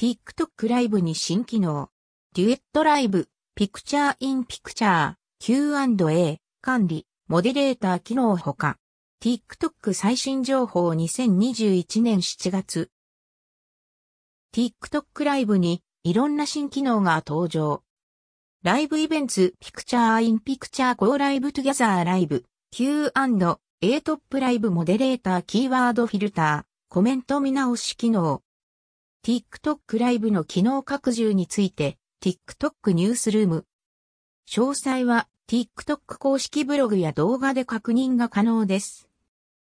TikTok ライブに新機能。デュエットライブ、ピクチャーインピクチャー、Q&A、管理、モデレーター機能ほか。TikTok 最新情報2021年7月。TikTok ライブにいろんな新機能が登場。ライブイベント、ピクチャーインピクチャーゴーライブトゥギャザーライブ、Q&A トップライブモデレーターキーワードフィルター、コメント見直し機能。TikTok ライブの機能拡充について、TikTok ニュースルーム。詳細は TikTok 公式ブログや動画で確認が可能です。